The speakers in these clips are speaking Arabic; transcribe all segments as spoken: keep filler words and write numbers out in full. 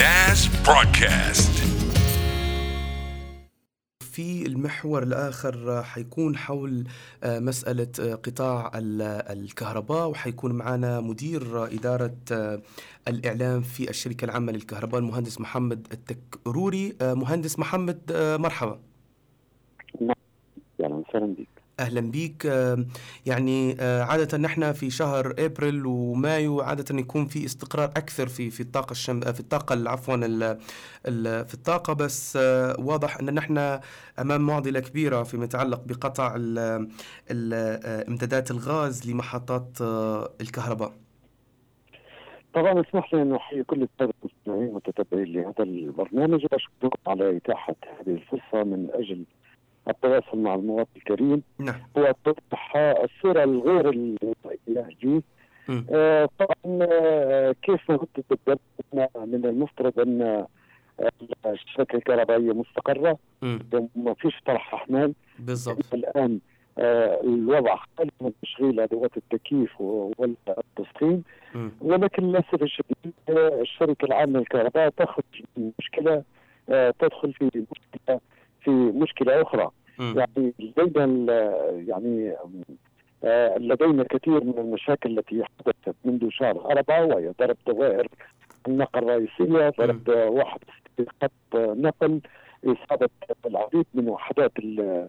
ناس برودكاست. في المحور الآخر حيكون حول مسألة قطاع الكهرباء، وحيكون معنا مدير إدارة الإعلام في الشركة العامة للكهرباء المهندس محمد التكروري. مهندس محمد، مرحبا. أهلا وسهلا بك. أهلا بك. يعني عادة نحن في شهر أبريل ومايو عادة يكون في استقرار أكثر في في الطاقة الشم في الطاقة عفوا في الطاقة، بس واضح أن نحن أمام معضلة كبيرة فيما يتعلق بقطع امدادات الغاز لمحطات الكهرباء. طبعا اسمح لي أن أحيي كل السادة المستمعين والمتتبعين لهذا البرنامج وأشكركم على إتاحة هذه الفرصة من أجل التواصل مع المواطن الكريم. نعم. هو توضح الصورة الغير الإلهية. آه طبعا آه كيف نرد بالضبط؟ من المفترض أن الشبكة الكهربائية مستقرة، ما فيش طرح أحمال بالضبط. الآن آه الوضع خالي من تشغيل أدوات التكييف والتسخين، ولكن للأسف الشديد الشركة العامة للكهرباء تخرج من مشكلة آه تدخل في مشكلة في مشكلة أخرى. م. يعني لدينا يعني آه لدينا كثير من المشاكل التي حدثت منذ شهر أربعة، وهي ضرب دوائر النقل الرئيسية، ضرب واحد خط نقل، إصابة العديد من وحدات ال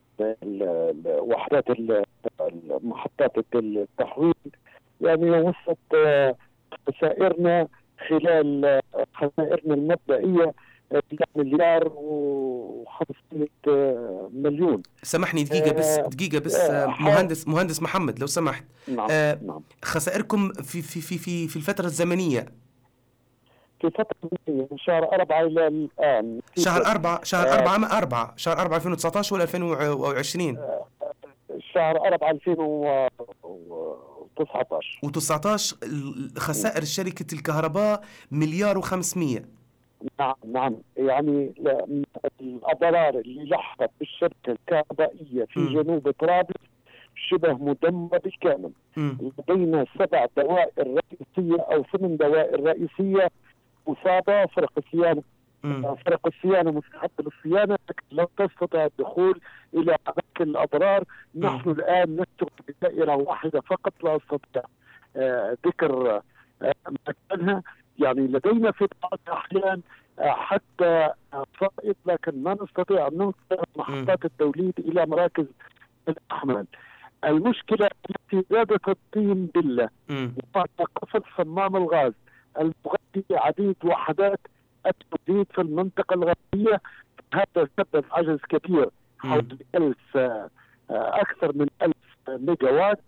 وحدات محطات التحويل. يعني وصلت خسائرنا خلال خسائرنا المبدئية مليار وخمسمائة مليون. سامحني دقيقة بس دقيقة بس مهندس مهندس محمد لو سمحت. نعم. آه نعم. خسائركم في في في في في الفترة الزمنية في فترة من شهر أربعة إلى الآن. شهر أربعة شهر آه أربعة أربعة شهر أربعة ألفين وتسعة عشر ولا ألفين وعشرين؟ آه شهر أربعة ألفين وتسعة عشر وتسعة عشر خسائر شركة الكهرباء مليار وخمسمية. نعم نعم. يعني الأضرار اللي لحقت بالشركة الكهربائية في م. جنوب طرابلس شبه مدمرة بالكامل. لدينا سبع دوائر رئيسية أو ثمان دوائر رئيسية مصابة. فرق الصيانة فرق الصيانة مستحقة للصيانة لم تستطع الدخول إلى أماكن الأضرار. نحن الآن نشتغل بدائرة واحدة فقط لا أستطيع آه ذكر آه مكانها. يعني لدينا في بعض الأحيان آه حتى فائض، لكن ما نستطيع أن ننقل محطات التوليد إلى مراكز الأحمال. المشكلة التي زادت الطين بالله وبعد قصف صمام الغاز المغذي عديد وحدات التوليد في المنطقة الغربية. هذا سبب عجز كبير حوالي ألف أكثر من ألف ميجا وات.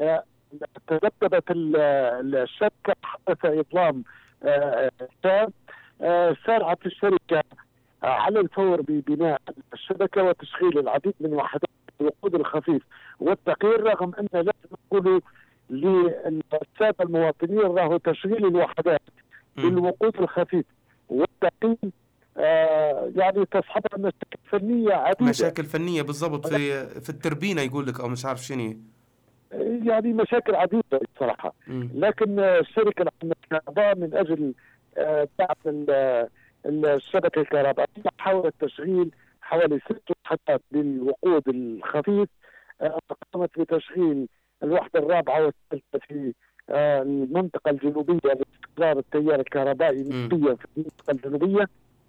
تذبذبت الشبكة، حدث إظلام تام. سارعت الشركة على الفور ببناء الشبكة وتشغيل العديد من وحدات الوقود الخفيف والتقيير، رغم أن لازم نقول للسادة المواطنين راهو تشغيل الوحدات بالوقود الخفيف والتقييم آه يعني تصحبها مشاكل فنية عديدة. مشاكل فنية بالضبط في في التربينة يقول لك، أو مش عارف شنو، يعني مشاكل عديدة صراحة. لكن الشركة العامة للكهرباء من أجل آه دعم الشبكة الكهربائية حاولت تشغيل حوالي ست وحدات بالوقود الخفيف. آه قامت بتشغيل الوحدة الرابعة والثالثة في آه المنطقة الجنوبية لاستقرار التيار الكهربائي نسبيا في المنطقة الجنوبية،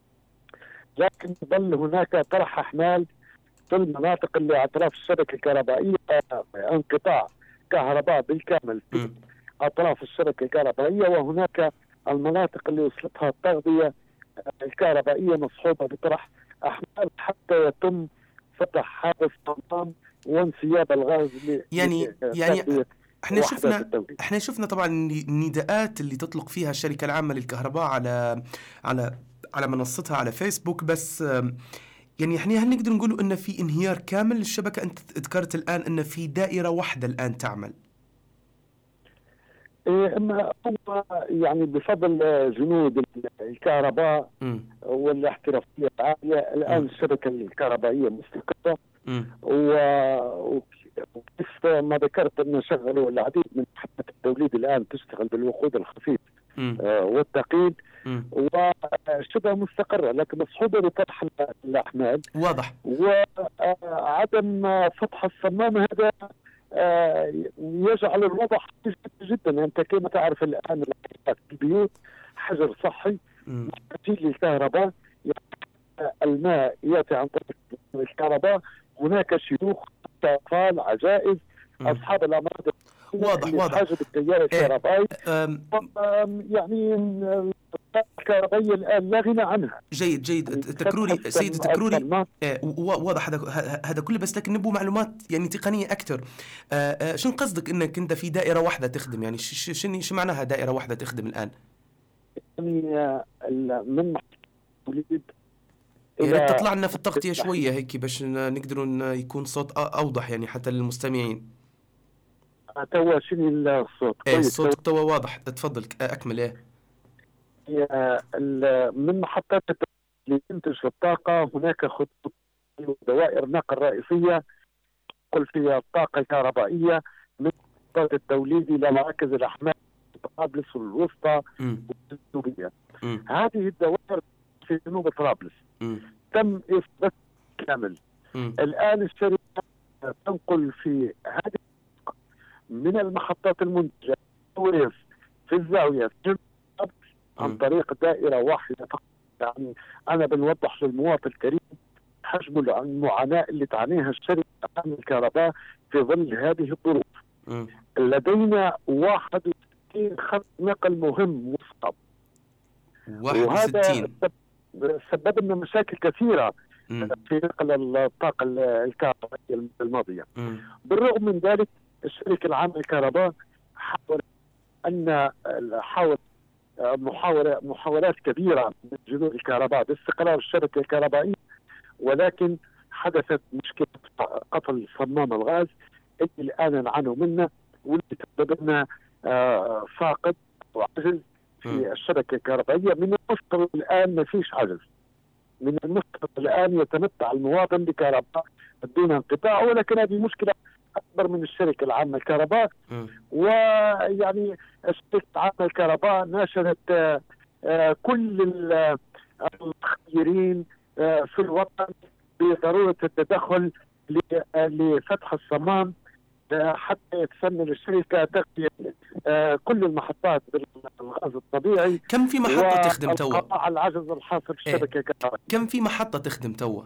لكن ظل هناك طرح أحمال في المناطق اللي أطراف الشبكة الكهربائية، انقطاع كهرباء بالكامل في أطراف الشبكة الكهربائية، وهناك المناطق اللي وصلتها التغذية الكهربائية مصحوبة بطرح أحمال حتى يتم فتح هذا الصمام وانسياب الغاز. يعني يعني احنا شفنا احنا شفنا طبعا النداءات اللي تطلق فيها الشركة العامة للكهرباء على على على منصتها على فيسبوك، بس يعني احنا هل نقدر نقول ان في انهيار كامل للشبكة؟ انت ذكرت الان ان في دائرة واحدة الان تعمل. اما هو يعني بفضل جنود الكهرباء م. والاحترافية العالية الان م. الشبكة الكهربائية مستقرة، وكيف ما ذكرت ان شغلوا العديد من محطات التوليد الان تشتغل بالوقود الخفيف آه والتقييد، وشبه مستقرة، لكن صعوبة بفتح الأحمال واضح، وعدم فتح الصمام هذا يجعل الوضع جدا. أنت كما تعرف الآن البيوت حجر صحي محتاجين للكهرباء، الماء يأتي عن طريق الكهرباء، هناك شيوخ، أطفال، عجائز، أصحاب الأمراض واضح واضح حاجة بالتيار الكهربائي. يعني الكهربائية الآن لا غنى عنها. جيد جيد تكروري سيد تكروري واضح هذا هذا كله، بس لكن نبو معلومات يعني تقنية أكثر. شنو قصدك إنك أنت في دائرة واحدة تخدم؟ يعني شنو شو معناها دائرة واحدة تخدم الآن؟ يعني من توليد يا ريت تطلع لنا في التغطية شوية هيك باش نقدروا يكون صوت أوضح يعني حتى للمستمعين. توا شنو الصوت؟ ايه الصوت توا واضح، تفضل أكمل. ايه من محطات اللي تنتج الطاقة هناك خطوط دوائر نقل رئيسية تنقل فيها الطاقة الكهربائية من محطات التوليد إلى مراكز الأحمال طرابلس والوسطى والجنوبية. هذه الدوائر في جنوب طرابلس تم إثبات كامل. م. الآن الشركة تنقل في هذه من المحطات المنتجة في الزاوية في عن طريق دائرة واحدة فقط. يعني أنا بنوضح للمواطن الكريم حجم المعاناة اللي تعانيها الشركة عن الكهرباء في ظل هذه الظروف. م. لدينا واحد وستين خط نقل مهم وصعب، واحد وستين سبب لنا مشاكل كثيرة م. في نقل الطاقة الكهربائية الماضية. م. بالرغم من ذلك الشركة العامة للكهرباء حاولت أن حاول محاولة محاولات كبيرة من جنود الكهرباء باستقرار الشبكة الكهربائية، ولكن حدثت مشكلة قفل صمام الغاز اللي الآن نعانوا منه، واللي تسبب لنا فاقد وعجز في الشبكة الكهربائية. من المفترض الآن ما فيش عجز، من المفترض الآن يتمتع المواطن بكهرباء دون انقطاع، ولكن هذه مشكلة أكبر من الشركة العامة للكهرباء. ويعني الشركة العامة للكهرباء ناشدت كل المخيرين في الوطن بضرورة التدخل لفتح الصمام حتى يتسنى للشركة تغطية كل المحطات بالغاز الطبيعي. كم في محطة تخدم توا؟ على العجز الحاصل في الشبكة الكهربائية. كم في محطة تخدم توا؟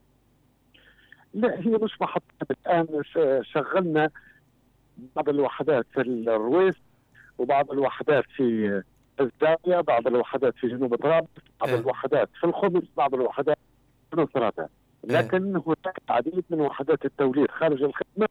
لا هي مش محطة الآن. شغلنا بعض الوحدات في الرويس، وبعض الوحدات في الزاوية، بعض الوحدات في جنوب طرابلس، بعض اه. الوحدات في الخبز، بعض الوحدات في نصراتها. لكن اه. هناك العديد من وحدات التوليد خارج الخدمة،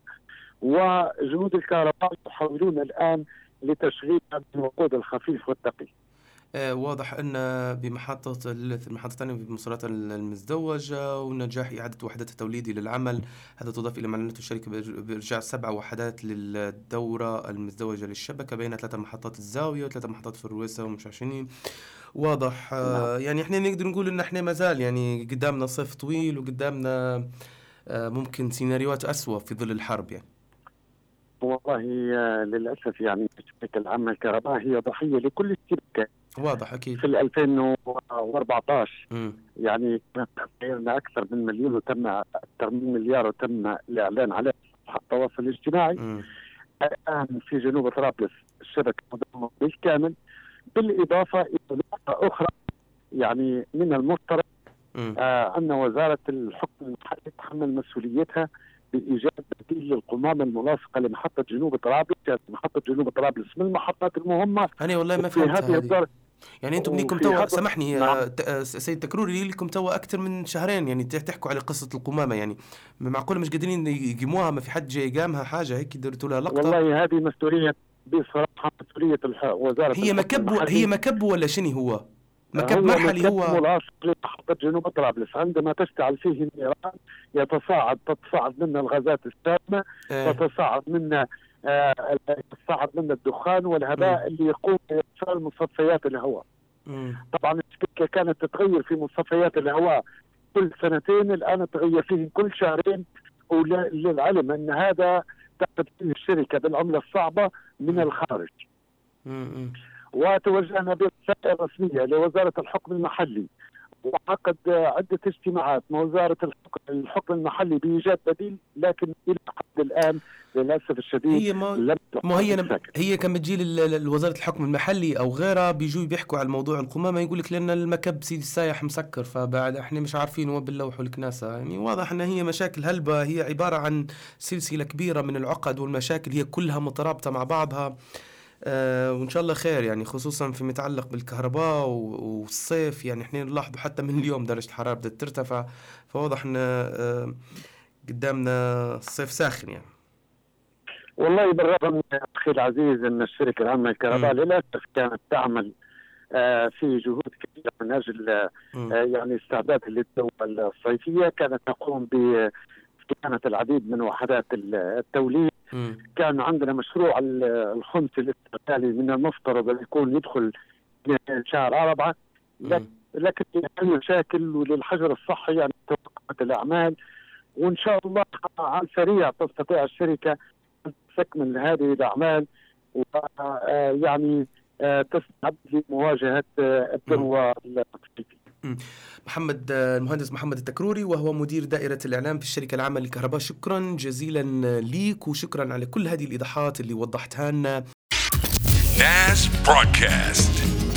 وجنود الكهرباء يحاولون الآن لتشغيلها بالوقود الخفيف والثقيل. آه واضح أن بمحطة المحطة الثانية بمصرات المزدوجة ونجاح إعادة وحدات التوليد للعمل، هذا تضاف إلى معلنة الشركة بإرجاع سبع وحدات للدورة المزدوجة للشبكة بين ثلاثة محطات الزاوية وثلاثة محطات في الرويسة ومشعشنين. واضح. آه يعني إحنا نقدر نقول إن إحنا مازال يعني قدامنا صيف طويل، وقدامنا آه ممكن سيناريوهات أسوأ في ظل الحرب. يعني والله للأسف يعني الشركة العامة للكهرباء هي ضحية لكل الشركات. واضح أكيد. في ألفين وأربعة عشر م. يعني تقريبا أكثر من مليون وتم أكثر من مليار وتم الإعلان عليه على التواصل الاجتماعي. م. الآن في جنوب طرابلس الشبكة مدمرة بالكامل، بالإضافة إلى نقطة أخرى يعني من المفترض آه أن وزارة الحكم المحلي تتحمل مسؤوليتها بإيجاد بديل للقمامة الملاصقة لمحطة جنوب طرابلس. محطة جنوب طرابلس من المحطات المهمة. أنا والله ما فهمت هذه. يعني أنتم ليكم توا سامحني نعم. سيد تكروري ليكم توا أكثر من شهرين يعني تحكوا على قصة القمامة، يعني معقول مش قادرين يقيموها؟ ما في حد جاي يقامها حاجة هيك درتوا لها لقطة؟ والله هذه مسؤولية بصراحة مسؤولية وزارة. هي مكب هي مكب ولا شنو هو؟ مكب مرحلي هو ملاصق لمحطة جنوب طرابلس. عندما تشتعل فيه النيران يتصاعد تتصاعد منه الغازات السامة، اه. تتصاعد منه آه يتصاعد منه الدخان والهباء م. اللي يقوم بإرسال مصفيات الهواء. م. طبعا الشركة كانت تتغير في مصفيات الهواء كل سنتين، الآن تغير فيه كل شهرين، وللعلم أن هذا تقتضي الشركة بالعملة الصعبة من م. الخارج. م. وتوجهنا بالرسائل الرسمية لوزارة الحكم المحلي، وعقد عدة اجتماعات مع وزارة الحكم المحلي بإيجاد بديل، لكن إلى حد الآن للأسف الشديد هي ما, ما هي هي كان بتجي لوزارة الحكم المحلي أو غيرها بيجوا بيحكوا على الموضوع القمامة، يقول لك لأن المكب سيدي السايح مسكر، فبعد احنا مش عارفين هو باللوح والكناسة. يعني واضح أن هي مشاكل هلبة، هي عبارة عن سلسلة كبيرة من العقد والمشاكل، هي كلها مترابطة مع بعضها. آه وإن شاء الله خير، يعني خصوصا في متعلق بالكهرباء والصيف. يعني احنا نلاحظوا حتى من اليوم درجة الحرارة بدأت ترتفع، فواضح أن آه قدامنا الصيف ساخن يعني. والله بالرغم من أخي العزيز أن الشركة العامة للكهرباء للأسف كانت تعمل آه في جهود كبيرة من أجل آه يعني استعداد للدورة الصيفية، كانت تقوم بصيانة العديد من وحدات التوليد. م. كان عندنا مشروع الخمس الاستقلالي من المفترض أن يكون يدخل شهر أربعة، لكن المشاكل وللحجر الصحي يعني توقفت الأعمال، وإن شاء الله عن سريع تستطيع الشركة أن تستكمل هذه الأعمال ويعني تستعد لمواجهة الذروة الصيفية. محمد المهندس محمد التكروري، وهو مدير دائرة الإعلام في الشركة العامة للكهرباء، شكرا جزيلا ليك وشكرا على كل هذه الإيضاحات اللي وضحتها لنا. ناس برودكاست.